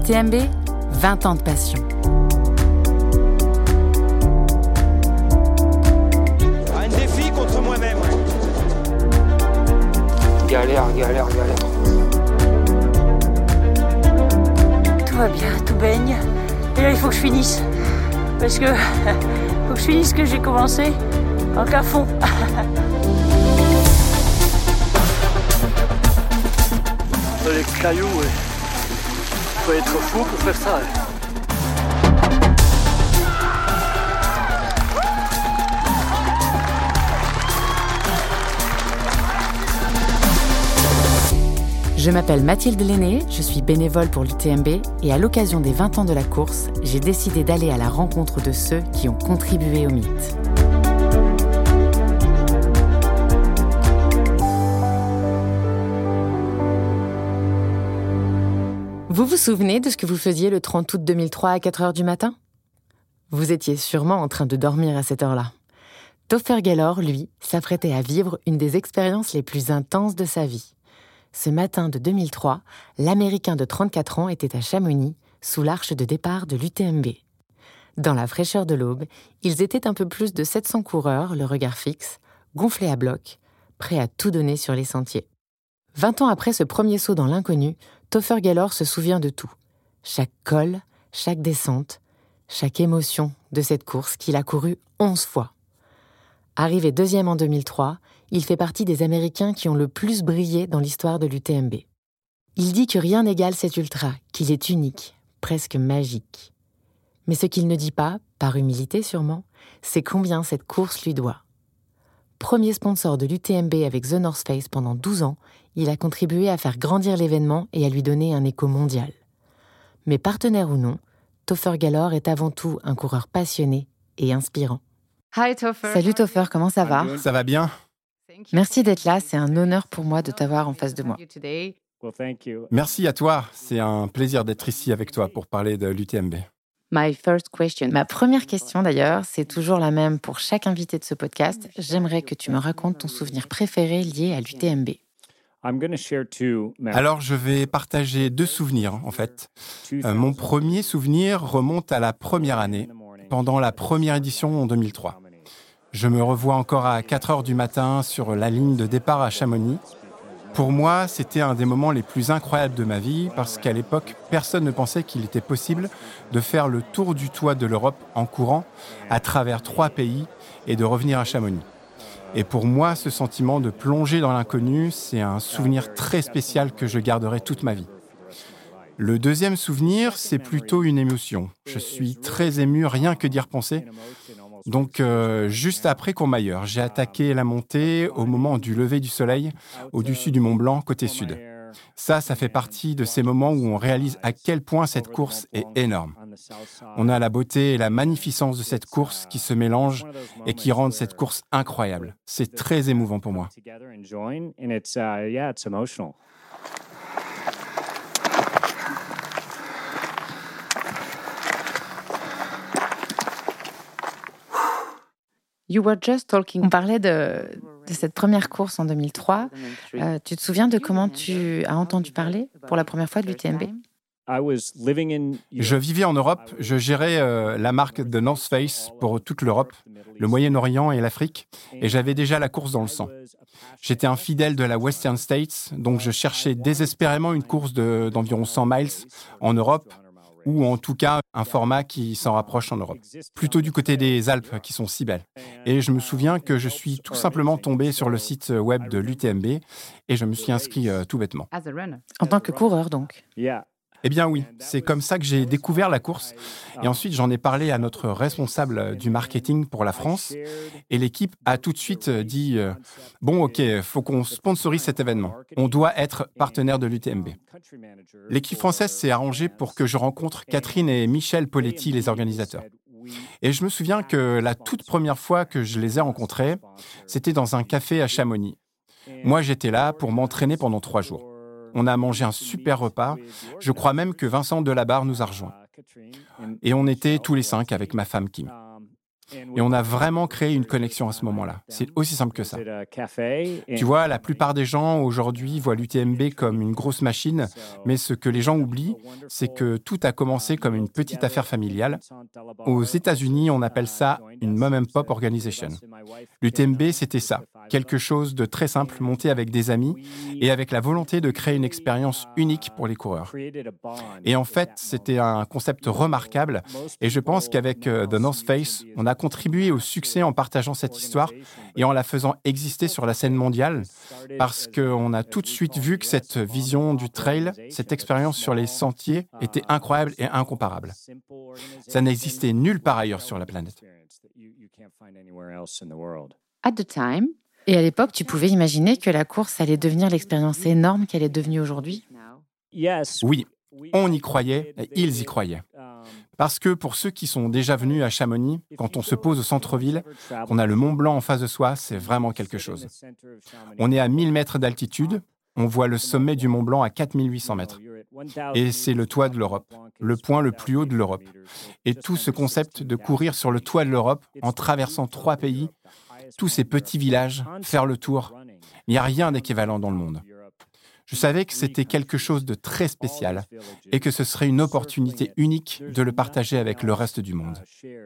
l'UTMB, 20 ans de passion. Un défi contre moi-même. Galère. Tout va bien, tout baigne. Et là, il faut que je finisse. Parce que faut que je finisse ce que j'ai commencé. Donc à fond. Les cailloux, faut être fou pour faire ça. Je m'appelle Mathilde Lenné, je suis bénévole pour l'UTMB et à l'occasion des 20 ans de la course, j'ai décidé d'aller à la rencontre de ceux qui ont contribué au mythe. Vous vous souvenez de ce que vous faisiez le 30 août 2003 à 4 heures du matin ? Vous étiez sûrement en train de dormir à cette heure-là. Topher Gaylor, lui, s'apprêtait à vivre une des expériences les plus intenses de sa vie. Ce matin de 2003, l'Américain de 34 ans était à Chamonix, sous l'arche de départ de l'UTMB. Dans la fraîcheur de l'aube, ils étaient un peu plus de 700 coureurs, le regard fixe, gonflés à bloc, prêts à tout donner sur les sentiers. 20 ans après ce premier saut dans l'inconnu, Topher Gaylor se souvient de tout. Chaque col, chaque descente, chaque émotion de cette course qu'il a courue 11 fois. Arrivé deuxième en 2003, il fait partie des Américains qui ont le plus brillé dans l'histoire de l'UTMB. Il dit que rien n'égale cet ultra, qu'il est unique, presque magique. Mais ce qu'il ne dit pas, par humilité sûrement, c'est combien cette course lui doit. Premier sponsor de l'UTMB avec The North Face pendant 12 ans, il a contribué à faire grandir l'événement et à lui donner un écho mondial. Mais partenaire ou non, Topher Gaylor est avant tout un coureur passionné et inspirant. Hi Topher. Salut Topher, comment ça va ? Ça va bien ? Merci d'être là, c'est un honneur pour moi de t'avoir en face de moi. Merci à toi, c'est un plaisir d'être ici avec toi pour parler de l'UTMB. Ma première question d'ailleurs, c'est toujours la même pour chaque invité de ce podcast. J'aimerais que tu me racontes ton souvenir préféré lié à l'UTMB. Alors je vais partager 2 souvenirs en fait. Mon premier souvenir remonte à la première année, pendant la première édition en 2003. Je me revois encore à 4 heures du matin sur la ligne de départ à Chamonix. Pour moi, c'était un des moments les plus incroyables de ma vie parce qu'à l'époque, personne ne pensait qu'il était possible de faire le tour du toit de l'Europe en courant à travers 3 pays et de revenir à Chamonix. Et pour moi, ce sentiment de plonger dans l'inconnu, c'est un souvenir très spécial que je garderai toute ma vie. Le deuxième souvenir, c'est plutôt une émotion. Je suis très ému rien que d'y repenser. Donc, juste après Courmayeur, j'ai attaqué la montée au moment du lever du soleil au-dessus du Mont Blanc, côté sud. Ça fait partie de ces moments où on réalise à quel point cette course est énorme. On a la beauté et la magnificence de cette course qui se mélangent et qui rendent cette course incroyable. C'est très émouvant pour moi. On parlait de cette première course en 2003. Tu te souviens de comment tu as entendu parler pour la première fois de l'UTMB ? Je vivais en Europe, je gérais la marque The North Face pour toute l'Europe, le Moyen-Orient et l'Afrique, et j'avais déjà la course dans le sang. J'étais un fidèle de la Western States, donc je cherchais désespérément une course d'environ 100 miles en Europe, ou en tout cas un format qui s'en rapproche en Europe. Plutôt du côté des Alpes, qui sont si belles. Et je me souviens que je suis tout simplement tombé sur le site web de l'UTMB et je me suis inscrit tout bêtement. En tant que coureur, donc ? Eh bien oui, c'est comme ça que j'ai découvert la course. Et ensuite, j'en ai parlé à notre responsable du marketing pour la France. Et l'équipe a tout de suite dit « Bon, ok, faut qu'on sponsorise cet événement. On doit être partenaire de l'UTMB. » L'équipe française s'est arrangée pour que je rencontre Catherine et Michel Poletti, les organisateurs. Et je me souviens que la toute première fois que je les ai rencontrés, c'était dans un café à Chamonix. Moi, j'étais là pour m'entraîner pendant 3 jours. On a mangé un super repas. Je crois même que Vincent Delabarre nous a rejoints. Et on était tous les 5 avec ma femme Kim. Et on a vraiment créé une connexion à ce moment-là. C'est aussi simple que ça. Tu vois, la plupart des gens aujourd'hui voient l'UTMB comme une grosse machine, mais ce que les gens oublient, c'est que tout a commencé comme une petite affaire familiale. Aux États-Unis, on appelle ça une mom-and-pop organization. L'UTMB, c'était ça, quelque chose de très simple, monté avec des amis et avec la volonté de créer une expérience unique pour les coureurs. Et en fait, c'était un concept remarquable et je pense qu'avec The North Face, on a contribué au succès en partageant cette histoire et en la faisant exister sur la scène mondiale parce qu'on a tout de suite vu que cette vision du trail, cette expérience sur les sentiers était incroyable et incomparable. Ça n'existait nulle part ailleurs sur la planète. At the time, et à l'époque, tu pouvais imaginer que la course allait devenir l'expérience énorme qu'elle est devenue aujourd'hui? Oui, on y croyait et ils y croyaient. Parce que pour ceux qui sont déjà venus à Chamonix, quand on se pose au centre-ville, qu'on a le Mont Blanc en face de soi, c'est vraiment quelque chose. On est à 1000 mètres d'altitude, on voit le sommet du Mont Blanc à 4800 mètres. Et c'est le toit de l'Europe, le point le plus haut de l'Europe. Et tout ce concept de courir sur le toit de l'Europe en traversant 3 pays, tous ces petits villages, faire le tour, il n'y a rien d'équivalent dans le monde. Je savais que c'était quelque chose de très spécial et que ce serait une opportunité unique de le partager avec le reste du monde.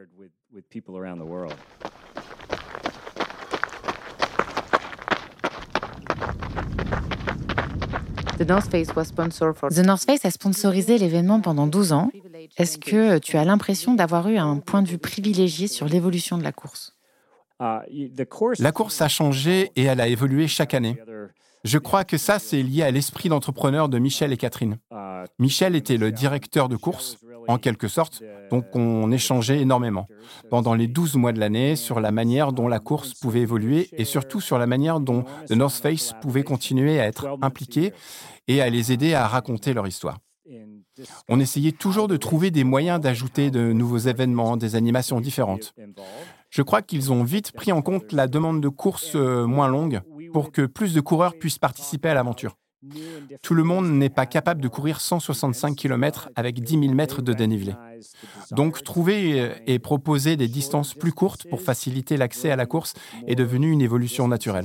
The North Face a sponsorisé l'événement pendant 12 ans. Est-ce que tu as l'impression d'avoir eu un point de vue privilégié sur l'évolution de la course? La course a changé et elle a évolué chaque année. Je crois que ça, c'est lié à l'esprit d'entrepreneur de Michel et Catherine. Michel était le directeur de course, en quelque sorte, donc on échangeait énormément pendant les 12 mois de l'année sur la manière dont la course pouvait évoluer et surtout sur la manière dont The North Face pouvait continuer à être impliqué et à les aider à raconter leur histoire. On essayait toujours de trouver des moyens d'ajouter de nouveaux événements, des animations différentes. Je crois qu'ils ont vite pris en compte la demande de course moins longue pour que plus de coureurs puissent participer à l'aventure. Tout le monde n'est pas capable de courir 165 km avec 10 000 mètres de dénivelé. Donc, trouver et proposer des distances plus courtes pour faciliter l'accès à la course est devenu une évolution naturelle.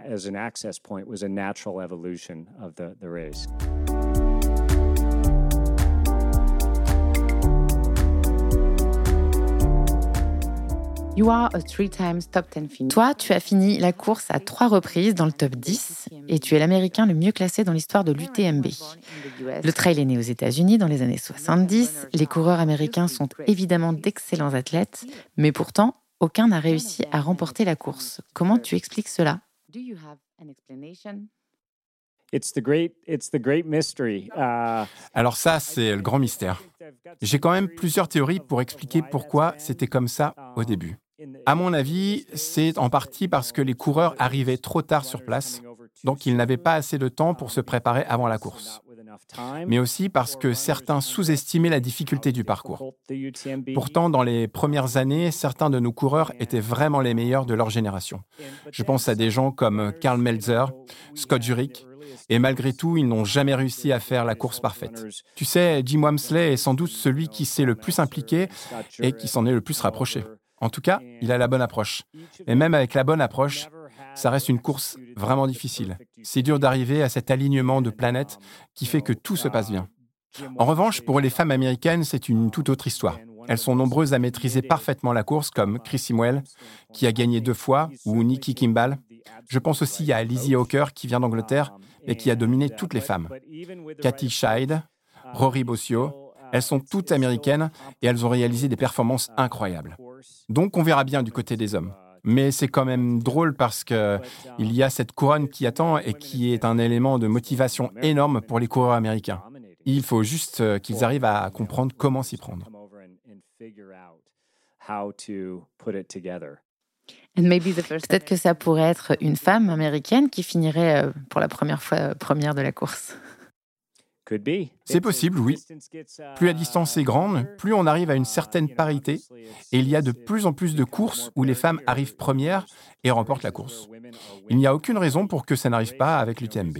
You are a 3 times top 10 finisher. Toi, tu as fini la course à 3 reprises dans le top 10 et tu es l'Américain le mieux classé dans l'histoire de l'UTMB. Le trail est né aux États-Unis dans les années 70. Les coureurs américains sont évidemment d'excellents athlètes, mais pourtant, aucun n'a réussi à remporter la course. Comment tu expliques cela? Do you have an explanation? It's the great mystery. Alors ça, c'est le grand mystère. J'ai quand même plusieurs théories pour expliquer pourquoi c'était comme ça au début. À mon avis, c'est en partie parce que les coureurs arrivaient trop tard sur place, donc ils n'avaient pas assez de temps pour se préparer avant la course. Mais aussi parce que certains sous-estimaient la difficulté du parcours. Pourtant, dans les premières années, certains de nos coureurs étaient vraiment les meilleurs de leur génération. Je pense à des gens comme Karl Melzer, Scott Jurek, et malgré tout, ils n'ont jamais réussi à faire la course parfaite. Tu sais, Jim Walmsley est sans doute celui qui s'est le plus impliqué et qui s'en est le plus rapproché. En tout cas, il a la bonne approche. Et même avec la bonne approche, ça reste une course vraiment difficile. C'est dur d'arriver à cet alignement de planètes qui fait que tout se passe bien. En revanche, pour les femmes américaines, c'est une toute autre histoire. Elles sont nombreuses à maîtriser parfaitement la course, comme Chris Imwell, qui a gagné 2 fois, ou Nikki Kimball. Je pense aussi à Lizzie Hawker, qui vient d'Angleterre et qui a dominé toutes les femmes. Kathy Scheid, Rory Bossio, elles sont toutes américaines et elles ont réalisé des performances incroyables. Donc on verra bien du côté des hommes. Mais c'est quand même drôle parce qu'il y a cette couronne qui attend et qui est un élément de motivation énorme pour les coureurs américains. Il faut juste qu'ils arrivent à comprendre comment s'y prendre. Peut-être que ça pourrait être une femme américaine qui finirait pour la première fois première de la course. C'est possible, oui. Plus la distance est grande, plus on arrive à une certaine parité et il y a de plus en plus de courses où les femmes arrivent premières et remportent la course. Il n'y a aucune raison pour que ça n'arrive pas avec l'UTMB.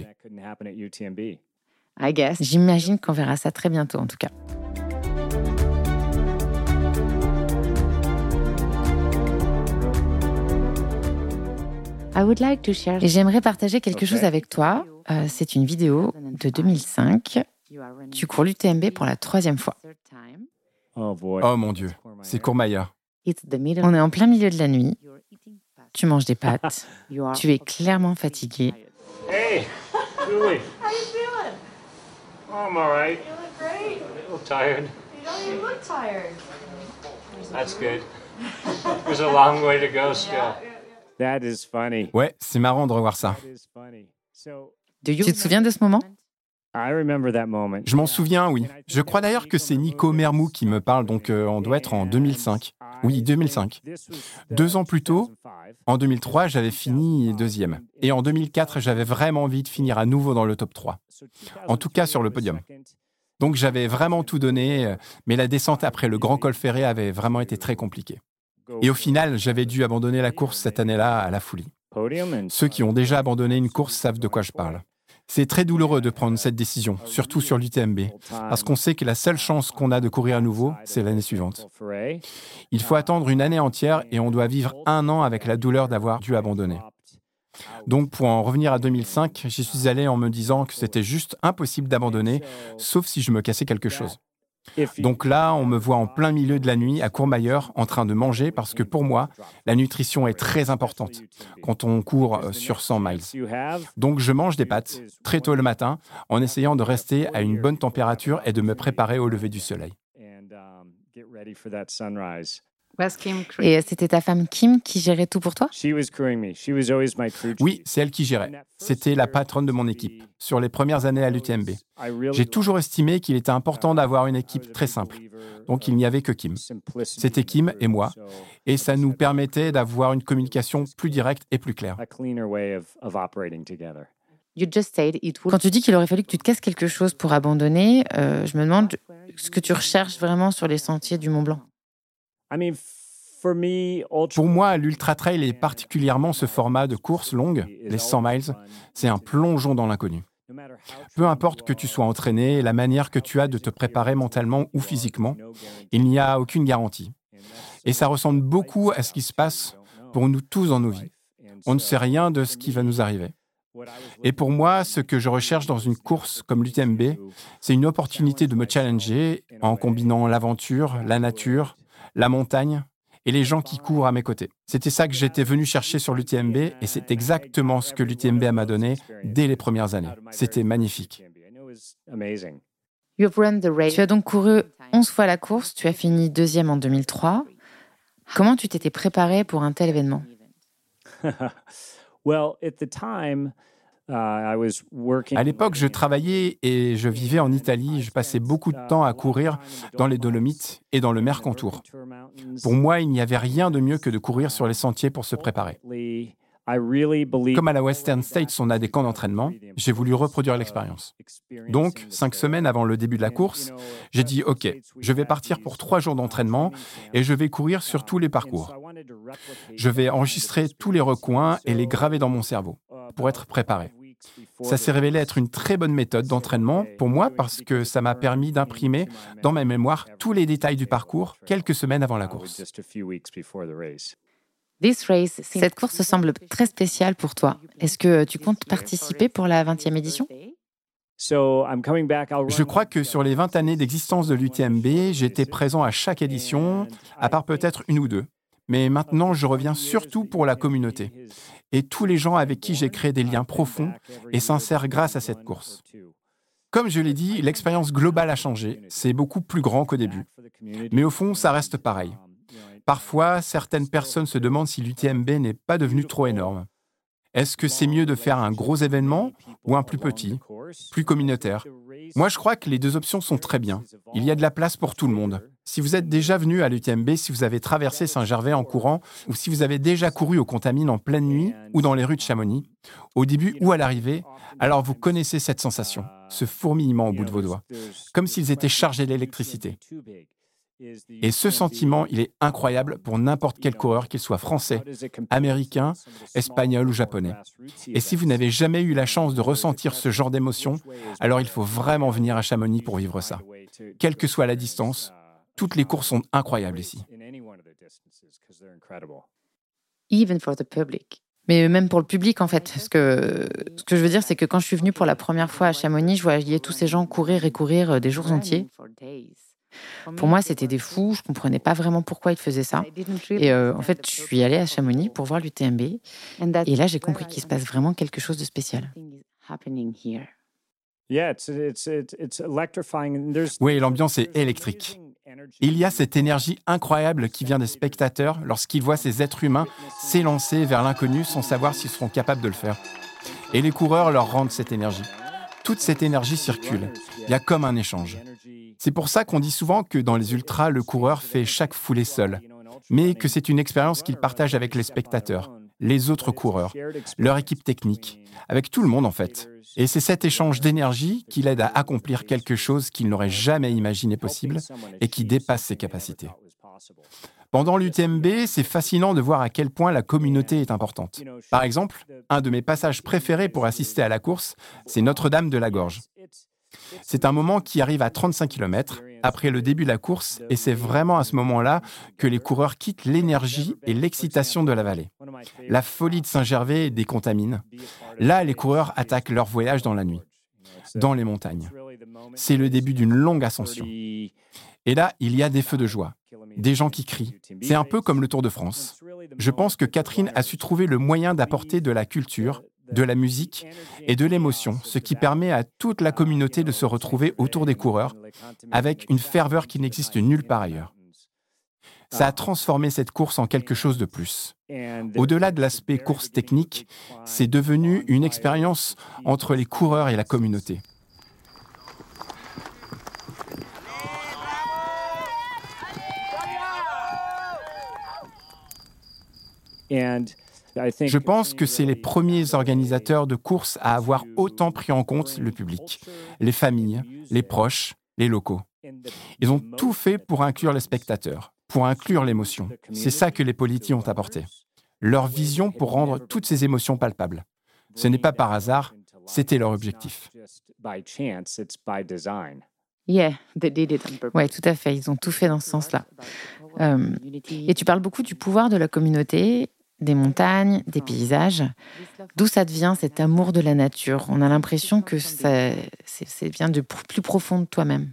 I guess. J'imagine qu'on verra ça très bientôt en tout cas. Et j'aimerais partager quelque chose avec toi. C'est une vidéo de 2005. Tu cours l'UTMB pour la 3e fois. Oh mon Dieu, c'est Courmayeur. On est en plein milieu de la nuit. Tu manges des pâtes. Tu es clairement fatigué. Hey, Julie. How you feeling? Oh, I'm all right. You look great. A little tired. You don't even look tired. That's good. There's a long way to go still. That is funny. Ouais, c'est marrant de revoir ça. That is funny. So, Tu te souviens de ce moment? I remember that moment. Je m'en souviens, oui. Je crois d'ailleurs que c'est Nico Mermou qui me parle, donc on doit être en 2005. Oui, 2005. 2 ans plus tôt, en 2003, j'avais fini 2e. Et en 2004, j'avais vraiment envie de finir à nouveau dans le top 3. En tout cas, sur le podium. Donc j'avais vraiment tout donné, mais la descente après le Grand Col Ferré avait vraiment été très compliquée. Et au final, j'avais dû abandonner la course cette année-là à la folie. Ceux qui ont déjà abandonné une course savent de quoi je parle. C'est très douloureux de prendre cette décision, surtout sur l'UTMB, parce qu'on sait que la seule chance qu'on a de courir à nouveau, c'est l'année suivante. Il faut attendre une année entière et on doit vivre 1 an avec la douleur d'avoir dû abandonner. Donc pour en revenir à 2005, j'y suis allé en me disant que c'était juste impossible d'abandonner, sauf si je me cassais quelque chose. Donc là, on me voit en plein milieu de la nuit à Courmayeur en train de manger parce que pour moi, la nutrition est très importante quand on court sur 100 miles. Donc je mange des pâtes très tôt le matin en essayant de rester à une bonne température et de me préparer au lever du soleil. Et c'était ta femme Kim qui gérait tout pour toi? Oui, c'est elle qui gérait. C'était la patronne de mon équipe sur les premières années à l'UTMB. J'ai toujours estimé qu'il était important d'avoir une équipe très simple. Donc il n'y avait que Kim. C'était Kim et moi. Et ça nous permettait d'avoir une communication plus directe et plus claire. Quand tu dis qu'il aurait fallu que tu te casses quelque chose pour abandonner, je me demande ce que tu recherches vraiment sur les sentiers du Mont Blanc. Pour moi, l'Ultra Trail et particulièrement ce format de course longue, les 100 miles, c'est un plongeon dans l'inconnu. Peu importe que tu sois entraîné, la manière que tu as de te préparer mentalement ou physiquement, il n'y a aucune garantie. Et ça ressemble beaucoup à ce qui se passe pour nous tous dans nos vies. On ne sait rien de ce qui va nous arriver. Et pour moi, ce que je recherche dans une course comme l'UTMB, c'est une opportunité de me challenger en combinant l'aventure, la nature, la montagne et les gens qui courent à mes côtés. C'était ça que j'étais venu chercher sur l'UTMB et c'est exactement ce que l'UTMB m'a donné dès les premières années. C'était magnifique. Tu as donc couru 11 fois la course, tu as fini 2e en 2003. Comment tu t'étais préparé pour un tel événement? À l'époque, je travaillais et je vivais en Italie. Je passais beaucoup de temps à courir dans les Dolomites et dans le Mercantour. Pour moi, il n'y avait rien de mieux que de courir sur les sentiers pour se préparer. Comme à la Western States, on a des camps d'entraînement, j'ai voulu reproduire l'expérience. Donc, 5 semaines avant le début de la course, j'ai dit « Ok, je vais partir pour 3 jours d'entraînement et je vais courir sur tous les parcours. Je vais enregistrer tous les recoins et les graver dans mon cerveau pour être préparé. » Ça s'est révélé être une très bonne méthode d'entraînement pour moi parce que ça m'a permis d'imprimer dans ma mémoire tous les détails du parcours quelques semaines avant la course. Cette course semble très spéciale pour toi. Est-ce que tu comptes participer pour la 20e édition? Je crois que sur les 20 années d'existence de l'UTMB, j'étais présent à chaque édition, à part peut-être 1 ou 2. Mais maintenant, je reviens surtout pour la communauté et tous les gens avec qui j'ai créé des liens profonds et sincères grâce à cette course. Comme je l'ai dit, l'expérience globale a changé. C'est beaucoup plus grand qu'au début. Mais au fond, ça reste pareil. Parfois, certaines personnes se demandent si l'UTMB n'est pas devenu trop énorme. Est-ce que c'est mieux de faire un gros événement ou un plus petit, plus communautaire? Moi, je crois que les 2 options sont très bien. Il y a de la place pour tout le monde. Si vous êtes déjà venu à l'UTMB, si vous avez traversé Saint-Gervais en courant, ou si vous avez déjà couru aux Contamines en pleine nuit ou dans les rues de Chamonix, au début ou à l'arrivée, alors vous connaissez cette sensation, ce fourmillement au bout de vos doigts, comme s'ils étaient chargés d'électricité. Et ce sentiment, il est incroyable pour n'importe quel coureur, qu'il soit français, américain, espagnol ou japonais. Et si vous n'avez jamais eu la chance de ressentir ce genre d'émotion, alors il faut vraiment venir à Chamonix pour vivre ça. Quelle que soit la distance, toutes les courses sont incroyables ici. Mais même pour le public, en fait. Parce que ce que je veux dire, c'est que quand je suis venue pour la première fois à Chamonix, je voyais tous ces gens courir et courir des jours entiers. Pour moi, c'était des fous. Je ne comprenais pas vraiment pourquoi ils faisaient ça. Et en fait, je suis allée à Chamonix pour voir l'UTMB. Et là, j'ai compris qu'il se passe vraiment quelque chose de spécial. Oui, l'ambiance est électrique. Il y a cette énergie incroyable qui vient des spectateurs lorsqu'ils voient ces êtres humains s'élancer vers l'inconnu sans savoir s'ils seront capables de le faire. Et les coureurs leur rendent cette énergie. Toute cette énergie circule. Il y a comme un échange. C'est pour ça qu'on dit souvent que dans les ultras, le coureur fait chaque foulée seul, mais que c'est une expérience qu'il partage avec les spectateurs, les autres coureurs, leur équipe technique, avec tout le monde en fait. Et c'est cet échange d'énergie qui l'aide à accomplir quelque chose qu'il n'aurait jamais imaginé possible et qui dépasse ses capacités. Pendant l'UTMB, c'est fascinant de voir à quel point la communauté est importante. Par exemple, un de mes passages préférés pour assister à la course, c'est Notre-Dame de la Gorge. C'est un moment qui arrive à 35 km après le début de la course et c'est vraiment à ce moment-là que les coureurs quittent l'énergie et l'excitation de la vallée. La folie de Saint-Gervais décontamine. Là, les coureurs attaquent leur voyage dans la nuit, dans les montagnes. C'est le début d'une longue ascension. Et là, il y a des feux de joie, des gens qui crient. C'est un peu comme le Tour de France. Je pense que Catherine a su trouver le moyen d'apporter de la culture, de la musique et de l'émotion, ce qui permet à toute la communauté de se retrouver autour des coureurs avec une ferveur qui n'existe nulle part ailleurs. Ça a transformé cette course en quelque chose de plus. Au-delà de l'aspect course technique, c'est devenu une expérience entre les coureurs et la communauté. Je pense que c'est les premiers organisateurs de courses à avoir autant pris en compte le public, les familles, les proches, les locaux. Ils ont tout fait pour inclure les spectateurs, pour inclure l'émotion. C'est ça que les Politi ont apporté. Leur vision pour rendre toutes ces émotions palpables. Ce n'est pas par hasard, c'était leur objectif. Oui, tout à fait. Ils ont tout fait dans ce sens-là. Et tu parles beaucoup du pouvoir de la communauté, des montagnes, des paysages. D'où ça devient cet amour de la nature? On a l'impression que c'est bien de plus profond de toi-même.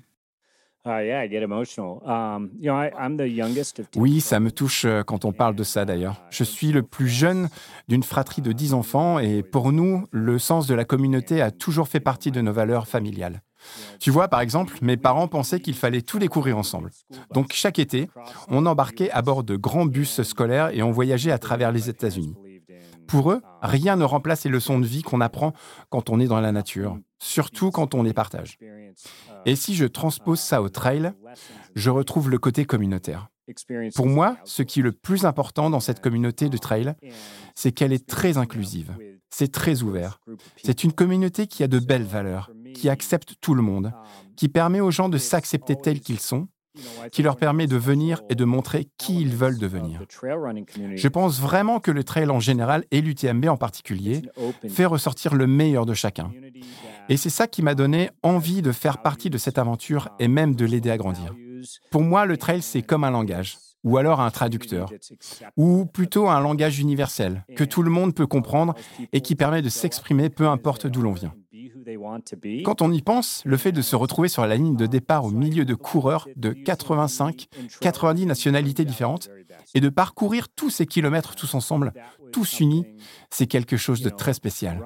Oui, ça me touche quand on parle de ça d'ailleurs. Je suis le plus jeune d'une fratrie de 10 enfants et pour nous, le sens de la communauté a toujours fait partie de nos valeurs familiales. Tu vois, par exemple, mes parents pensaient qu'il fallait tous les courir ensemble. Donc chaque été, on embarquait à bord de grands bus scolaires et on voyageait à travers les États-Unis. Pour eux, rien ne remplace les leçons de vie qu'on apprend quand on est dans la nature, surtout quand on les partage. Et si je transpose ça au trail, je retrouve le côté communautaire. Pour moi, ce qui est le plus important dans cette communauté de trail, c'est qu'elle est très inclusive. C'est très ouvert. C'est une communauté qui a de belles valeurs, qui accepte tout le monde, qui permet aux gens de s'accepter tels qu'ils sont, qui leur permet de venir et de montrer qui ils veulent devenir. Je pense vraiment que le trail en général et l'UTMB en particulier fait ressortir le meilleur de chacun. Et c'est ça qui m'a donné envie de faire partie de cette aventure et même de l'aider à grandir. Pour moi, le trail, c'est comme un langage, ou alors un traducteur, ou plutôt un langage universel, que tout le monde peut comprendre et qui permet de s'exprimer peu importe d'où l'on vient. Quand on y pense, le fait de se retrouver sur la ligne de départ au milieu de coureurs de 85, 90 nationalités différentes et de parcourir tous ces kilomètres tous ensemble, tous unis, c'est quelque chose de très spécial.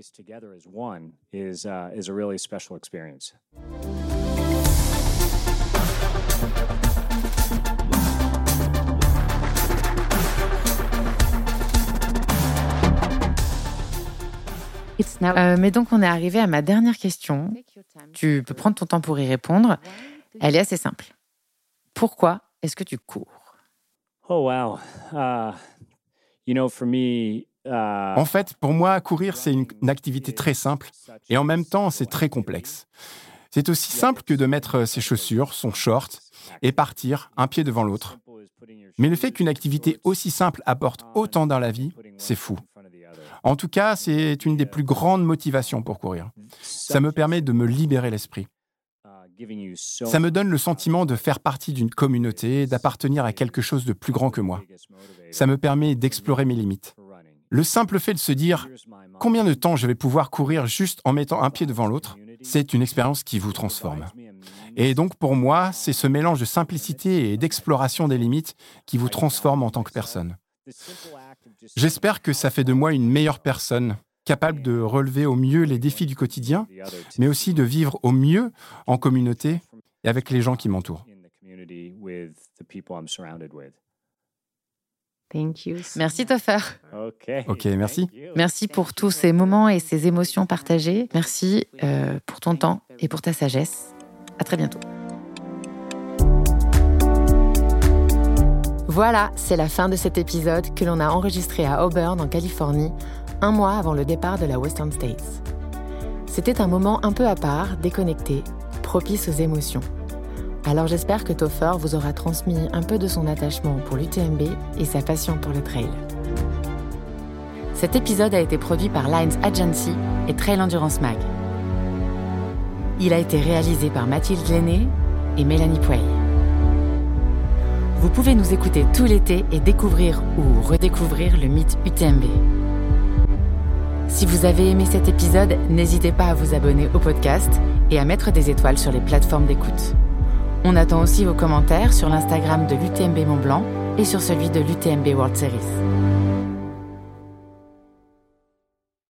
Mais donc, on est arrivé à ma dernière question. Tu peux prendre ton temps pour y répondre. Elle est assez simple. Pourquoi est-ce que tu cours? En fait, pour moi, courir, c'est une activité très simple et en même temps, c'est très complexe. C'est aussi simple que de mettre ses chaussures, son short et partir un pied devant l'autre. Mais le fait qu'une activité aussi simple apporte autant dans la vie, c'est fou. En tout cas, c'est une des plus grandes motivations pour courir. Ça me permet de me libérer l'esprit. Ça me donne le sentiment de faire partie d'une communauté, d'appartenir à quelque chose de plus grand que moi. Ça me permet d'explorer mes limites. Le simple fait de se dire combien de temps je vais pouvoir courir juste en mettant un pied devant l'autre, c'est une expérience qui vous transforme. Et donc pour moi, c'est ce mélange de simplicité et d'exploration des limites qui vous transforme en tant que personne. J'espère que ça fait de moi une meilleure personne, capable de relever au mieux les défis du quotidien, mais aussi de vivre au mieux en communauté et avec les gens qui m'entourent. Merci Topher. Ok, merci. Merci pour tous ces moments et ces émotions partagées. Merci pour ton temps et pour ta sagesse. À très bientôt. Voilà, c'est la fin de cet épisode que l'on a enregistré à Auburn, en Californie, 1 mois avant le départ de la Western States. C'était un moment un peu à part, déconnecté, propice aux émotions. Alors j'espère que Topher vous aura transmis un peu de son attachement pour l'UTMB et sa passion pour le trail. Cet épisode a été produit par Lines Agency et Trail Endurance Mag. Il a été réalisé par Mathilde Lenné et Mélanie Puey. Vous pouvez nous écouter tout l'été et découvrir ou redécouvrir le mythe UTMB. Si vous avez aimé cet épisode, n'hésitez pas à vous abonner au podcast et à mettre des étoiles sur les plateformes d'écoute. On attend aussi vos commentaires sur l'Instagram de l'UTMB Mont Blanc et sur celui de l'UTMB World Series.